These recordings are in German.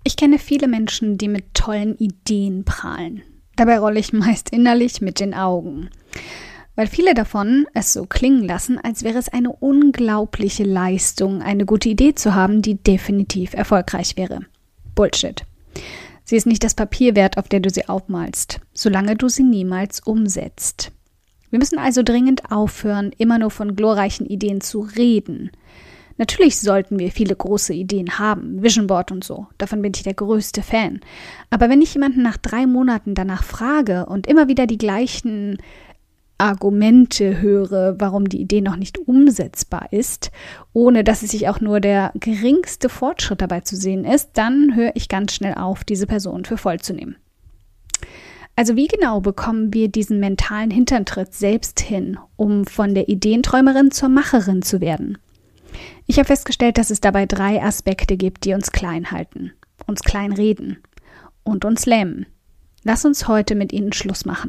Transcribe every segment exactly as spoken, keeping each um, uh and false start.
Ich kenne viele Menschen, die mit tollen Ideen prahlen. Dabei rolle ich meist innerlich mit den Augen. Weil viele davon es so klingen lassen, als wäre es eine unglaubliche Leistung, eine gute Idee zu haben, die definitiv erfolgreich wäre. Bullshit. Sie ist nicht das Papier wert, auf der du sie aufmalst, solange du sie niemals umsetzt. Wir müssen also dringend aufhören, immer nur von glorreichen Ideen zu reden. Natürlich sollten wir viele große Ideen haben, Vision Board und so, davon bin ich der größte Fan. Aber wenn ich jemanden nach drei Monaten danach frage und immer wieder die gleichen Argumente höre, warum die Idee noch nicht umsetzbar ist, ohne dass es sich auch nur der geringste Fortschritt dabei zu sehen ist, dann höre ich ganz schnell auf, diese Person für voll zu nehmen. Also wie genau bekommen wir diesen mentalen Hinterntritt selbst hin, um von der Ideenträumerin zur Macherin zu werden? Ich habe festgestellt, dass es dabei drei Aspekte gibt, die uns klein halten, uns klein reden und uns lähmen. Lass uns heute mit ihnen Schluss machen.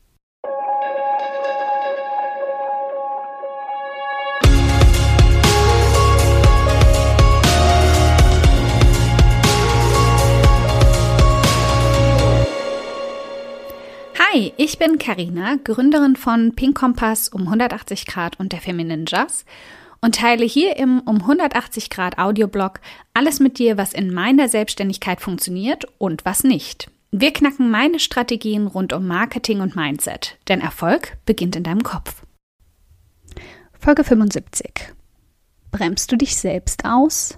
Hi, ich bin Carina, Gründerin von Pink Kompass um hundertachtzig Grad und der Feminine Jazz und teile hier im um hundertachtzig Grad Audioblog alles mit dir, was in meiner Selbstständigkeit funktioniert und was nicht. Wir knacken meine Strategien rund um Marketing und Mindset, denn Erfolg beginnt in deinem Kopf. Folge fünfundsiebzig. Bremst du dich selbst aus?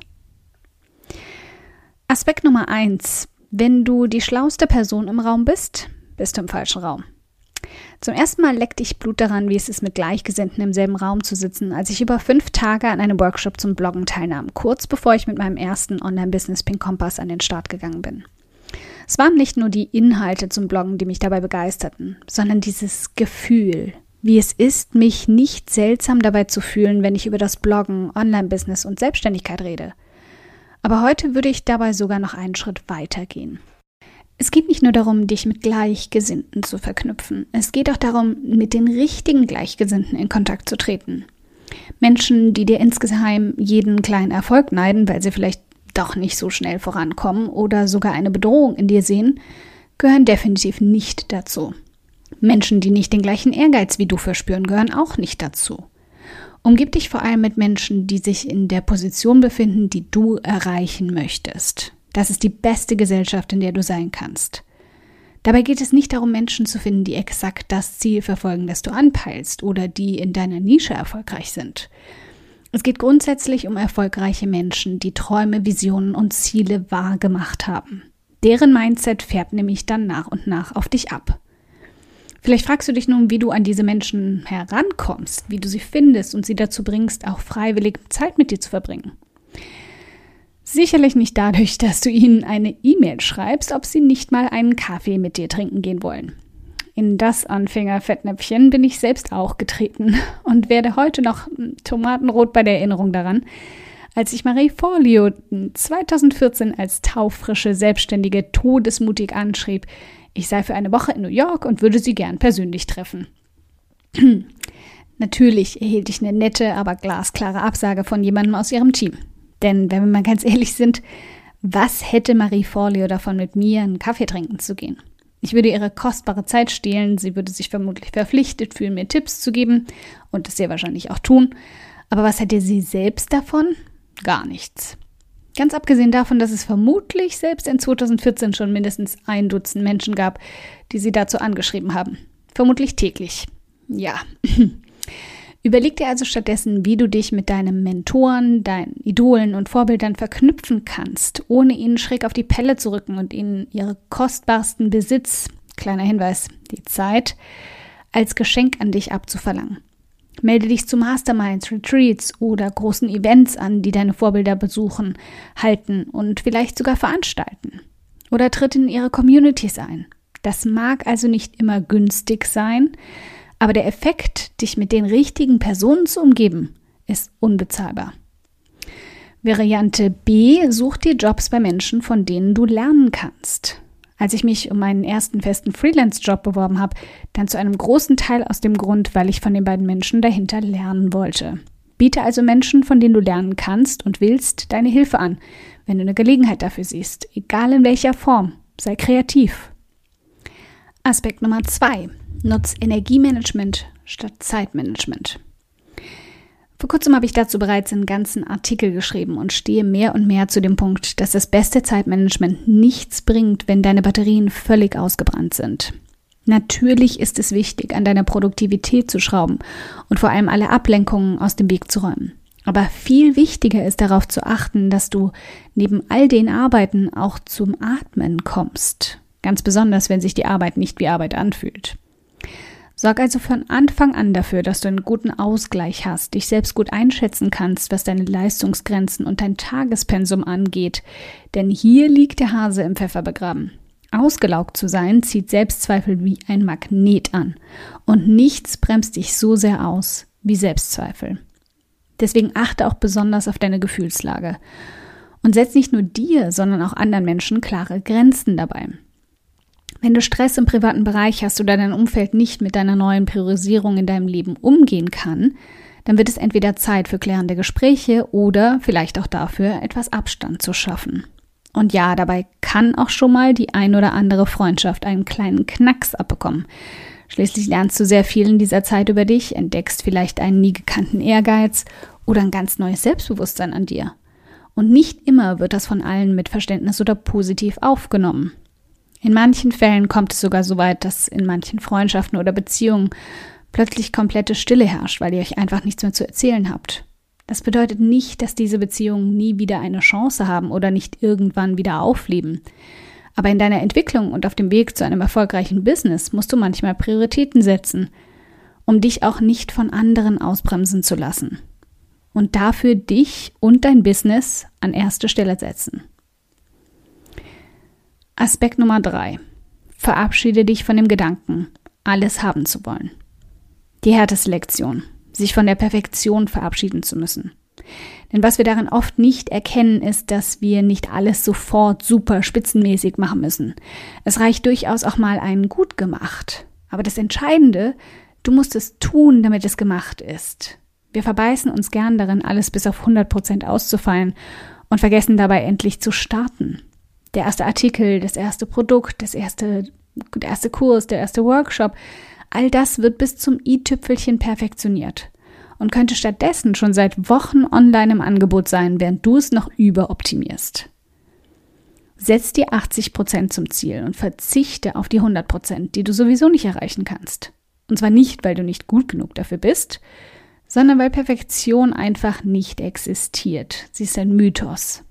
Aspekt Nummer eins. Wenn du die schlauste Person im Raum bist, bist du im falschen Raum. Zum ersten Mal leckte ich Blut daran, wie es ist, mit Gleichgesinnten im selben Raum zu sitzen, als ich über fünf Tage an einem Workshop zum Bloggen teilnahm, kurz bevor ich mit meinem ersten Online-Business Pink Kompass an den Start gegangen bin. Es waren nicht nur die Inhalte zum Bloggen, die mich dabei begeisterten, sondern dieses Gefühl, wie es ist, mich nicht seltsam dabei zu fühlen, wenn ich über das Bloggen, Online-Business und Selbstständigkeit rede. Aber heute würde ich dabei sogar noch einen Schritt weiter gehen. Es geht nicht nur darum, dich mit Gleichgesinnten zu verknüpfen. Es geht auch darum, mit den richtigen Gleichgesinnten in Kontakt zu treten. Menschen, die dir insgeheim jeden kleinen Erfolg neiden, weil sie vielleicht doch nicht so schnell vorankommen oder sogar eine Bedrohung in dir sehen, gehören definitiv nicht dazu. Menschen, die nicht den gleichen Ehrgeiz wie du verspüren, gehören auch nicht dazu. Umgib dich vor allem mit Menschen, die sich in der Position befinden, die du erreichen möchtest. Das ist die beste Gesellschaft, in der du sein kannst. Dabei geht es nicht darum, Menschen zu finden, die exakt das Ziel verfolgen, das du anpeilst oder die in deiner Nische erfolgreich sind. Es geht grundsätzlich um erfolgreiche Menschen, die Träume, Visionen und Ziele wahr gemacht haben. Deren Mindset färbt nämlich dann nach und nach auf dich ab. Vielleicht fragst du dich nun, wie du an diese Menschen herankommst, wie du sie findest und sie dazu bringst, auch freiwillig Zeit mit dir zu verbringen. Sicherlich nicht dadurch, dass du ihnen eine E-Mail schreibst, ob sie nicht mal einen Kaffee mit dir trinken gehen wollen. In das Anfänger-Fettnäpfchen bin ich selbst auch getreten und werde heute noch tomatenrot bei der Erinnerung daran, als ich Marie Forleo zweitausendvierzehn als taufrische Selbstständige todesmutig anschrieb, ich sei für eine Woche in New York und würde sie gern persönlich treffen. Natürlich erhielt ich eine nette, aber glasklare Absage von jemandem aus ihrem Team. Denn wenn wir mal ganz ehrlich sind, was hätte Marie Forleo davon, mit mir einen Kaffee trinken zu gehen? Ich würde ihre kostbare Zeit stehlen, sie würde sich vermutlich verpflichtet fühlen, mir Tipps zu geben und das sehr wahrscheinlich auch tun. Aber was hätte sie selbst davon? Gar nichts. Ganz abgesehen davon, dass es vermutlich selbst in zweitausendvierzehn schon mindestens ein Dutzend Menschen gab, die sie dazu angeschrieben haben. Vermutlich täglich. Ja. Überleg dir also stattdessen, wie du dich mit deinen Mentoren, deinen Idolen und Vorbildern verknüpfen kannst, ohne ihnen schräg auf die Pelle zu rücken und ihnen ihre kostbarsten Besitz, kleiner Hinweis, die Zeit, als Geschenk an dich abzuverlangen. Melde dich zu Masterminds, Retreats oder großen Events an, die deine Vorbilder besuchen, halten und vielleicht sogar veranstalten. Oder tritt in ihre Communities ein. Das mag also nicht immer günstig sein, aber der Effekt, dich mit den richtigen Personen zu umgeben, ist unbezahlbar. Variante B, such dir Jobs bei Menschen, von denen du lernen kannst. Als ich mich um meinen ersten festen Freelance-Job beworben habe, dann zu einem großen Teil aus dem Grund, weil ich von den beiden Menschen dahinter lernen wollte. Biete also Menschen, von denen du lernen kannst und willst, deine Hilfe an, wenn du eine Gelegenheit dafür siehst, egal in welcher Form, sei kreativ. Aspekt Nummer zwei. Nutz Energiemanagement statt Zeitmanagement. Vor kurzem habe ich dazu bereits einen ganzen Artikel geschrieben und stehe mehr und mehr zu dem Punkt, dass das beste Zeitmanagement nichts bringt, wenn deine Batterien völlig ausgebrannt sind. Natürlich ist es wichtig, an deiner Produktivität zu schrauben und vor allem alle Ablenkungen aus dem Weg zu räumen. Aber viel wichtiger ist darauf zu achten, dass du neben all den Arbeiten auch zum Atmen kommst. Ganz besonders, wenn sich die Arbeit nicht wie Arbeit anfühlt. Sorg also von Anfang an dafür, dass du einen guten Ausgleich hast, dich selbst gut einschätzen kannst, was deine Leistungsgrenzen und dein Tagespensum angeht. Denn hier liegt der Hase im Pfeffer begraben. Ausgelaugt zu sein, zieht Selbstzweifel wie ein Magnet an. Und nichts bremst dich so sehr aus wie Selbstzweifel. Deswegen achte auch besonders auf deine Gefühlslage. Und setz nicht nur dir, sondern auch anderen Menschen klare Grenzen dabei. Wenn du Stress im privaten Bereich hast oder dein Umfeld nicht mit deiner neuen Priorisierung in deinem Leben umgehen kann, dann wird es entweder Zeit für klärende Gespräche oder vielleicht auch dafür, etwas Abstand zu schaffen. Und ja, dabei kann auch schon mal die ein oder andere Freundschaft einen kleinen Knacks abbekommen. Schließlich lernst du sehr viel in dieser Zeit über dich, entdeckst vielleicht einen nie gekannten Ehrgeiz oder ein ganz neues Selbstbewusstsein an dir. Und nicht immer wird das von allen mit Verständnis oder positiv aufgenommen. In manchen Fällen kommt es sogar so weit, dass in manchen Freundschaften oder Beziehungen plötzlich komplette Stille herrscht, weil ihr euch einfach nichts mehr zu erzählen habt. Das bedeutet nicht, dass diese Beziehungen nie wieder eine Chance haben oder nicht irgendwann wieder aufleben. Aber in deiner Entwicklung und auf dem Weg zu einem erfolgreichen Business musst du manchmal Prioritäten setzen, um dich auch nicht von anderen ausbremsen zu lassen. Und dafür dich und dein Business an erste Stelle setzen. Aspekt Nummer drei. Verabschiede dich von dem Gedanken, alles haben zu wollen. Die härteste Lektion, sich von der Perfektion verabschieden zu müssen. Denn was wir darin oft nicht erkennen, ist, dass wir nicht alles sofort super spitzenmäßig machen müssen. Es reicht durchaus auch mal ein gut gemacht. Aber das Entscheidende, du musst es tun, damit es gemacht ist. Wir verbeißen uns gern darin, alles bis auf hundert Prozent auszufallen und vergessen dabei endlich zu starten. Der erste Artikel, das erste Produkt, das erste, der erste Kurs, der erste Workshop, all das wird bis zum i-Tüpfelchen perfektioniert und könnte stattdessen schon seit Wochen online im Angebot sein, während du es noch überoptimierst. Setz dir achtzig Prozent zum Ziel und verzichte auf die hundert Prozent, die du sowieso nicht erreichen kannst. Und zwar nicht, weil du nicht gut genug dafür bist, sondern weil Perfektion einfach nicht existiert. Sie ist ein Mythos.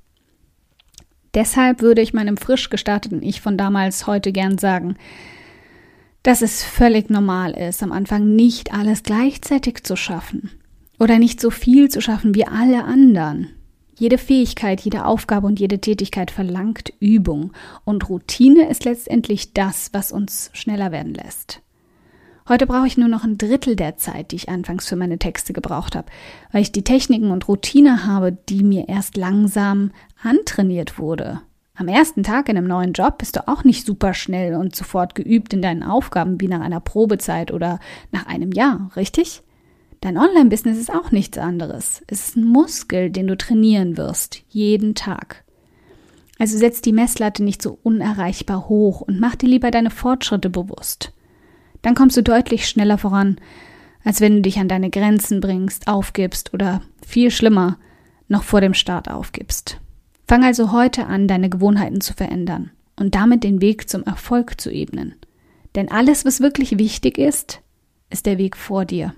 Deshalb würde ich meinem frisch gestarteten Ich von damals heute gern sagen, dass es völlig normal ist, am Anfang nicht alles gleichzeitig zu schaffen oder nicht so viel zu schaffen wie alle anderen. Jede Fähigkeit, jede Aufgabe und jede Tätigkeit verlangt Übung und Routine ist letztendlich das, was uns schneller werden lässt. Heute brauche ich nur noch ein Drittel der Zeit, die ich anfangs für meine Texte gebraucht habe, weil ich die Techniken und Routine habe, die mir erst langsam antrainiert wurde. Am ersten Tag in einem neuen Job bist du auch nicht super schnell und sofort geübt in deinen Aufgaben wie nach einer Probezeit oder nach einem Jahr, richtig? Dein Online-Business ist auch nichts anderes. Es ist ein Muskel, den du trainieren wirst, jeden Tag. Also setz die Messlatte nicht so unerreichbar hoch und mach dir lieber deine Fortschritte bewusst. Dann kommst du deutlich schneller voran, als wenn du dich an deine Grenzen bringst, aufgibst oder, viel schlimmer, noch vor dem Start aufgibst. Fang also heute an, deine Gewohnheiten zu verändern und damit den Weg zum Erfolg zu ebnen. Denn alles, was wirklich wichtig ist, ist der Weg vor dir.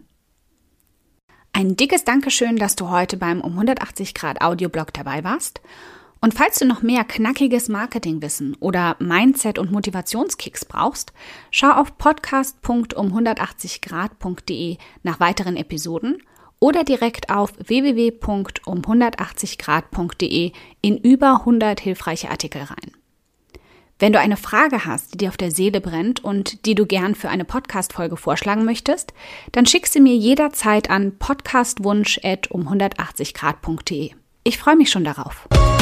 Ein dickes Dankeschön, dass du heute beim um hundertachtzig Grad Audioblog dabei warst. Und falls du noch mehr knackiges Marketingwissen oder Mindset- und Motivationskicks brauchst, schau auf podcast punkt um hundertachtzig grad punkt de nach weiteren Episoden oder direkt auf w w w punkt um hundertachtzig grad punkt de in über hundert hilfreiche Artikel rein. Wenn du eine Frage hast, die dir auf der Seele brennt und die du gern für eine Podcast-Folge vorschlagen möchtest, dann schick sie mir jederzeit an podcastwunsch at um hundertachtzig grad punkt de. Ich freue mich schon darauf.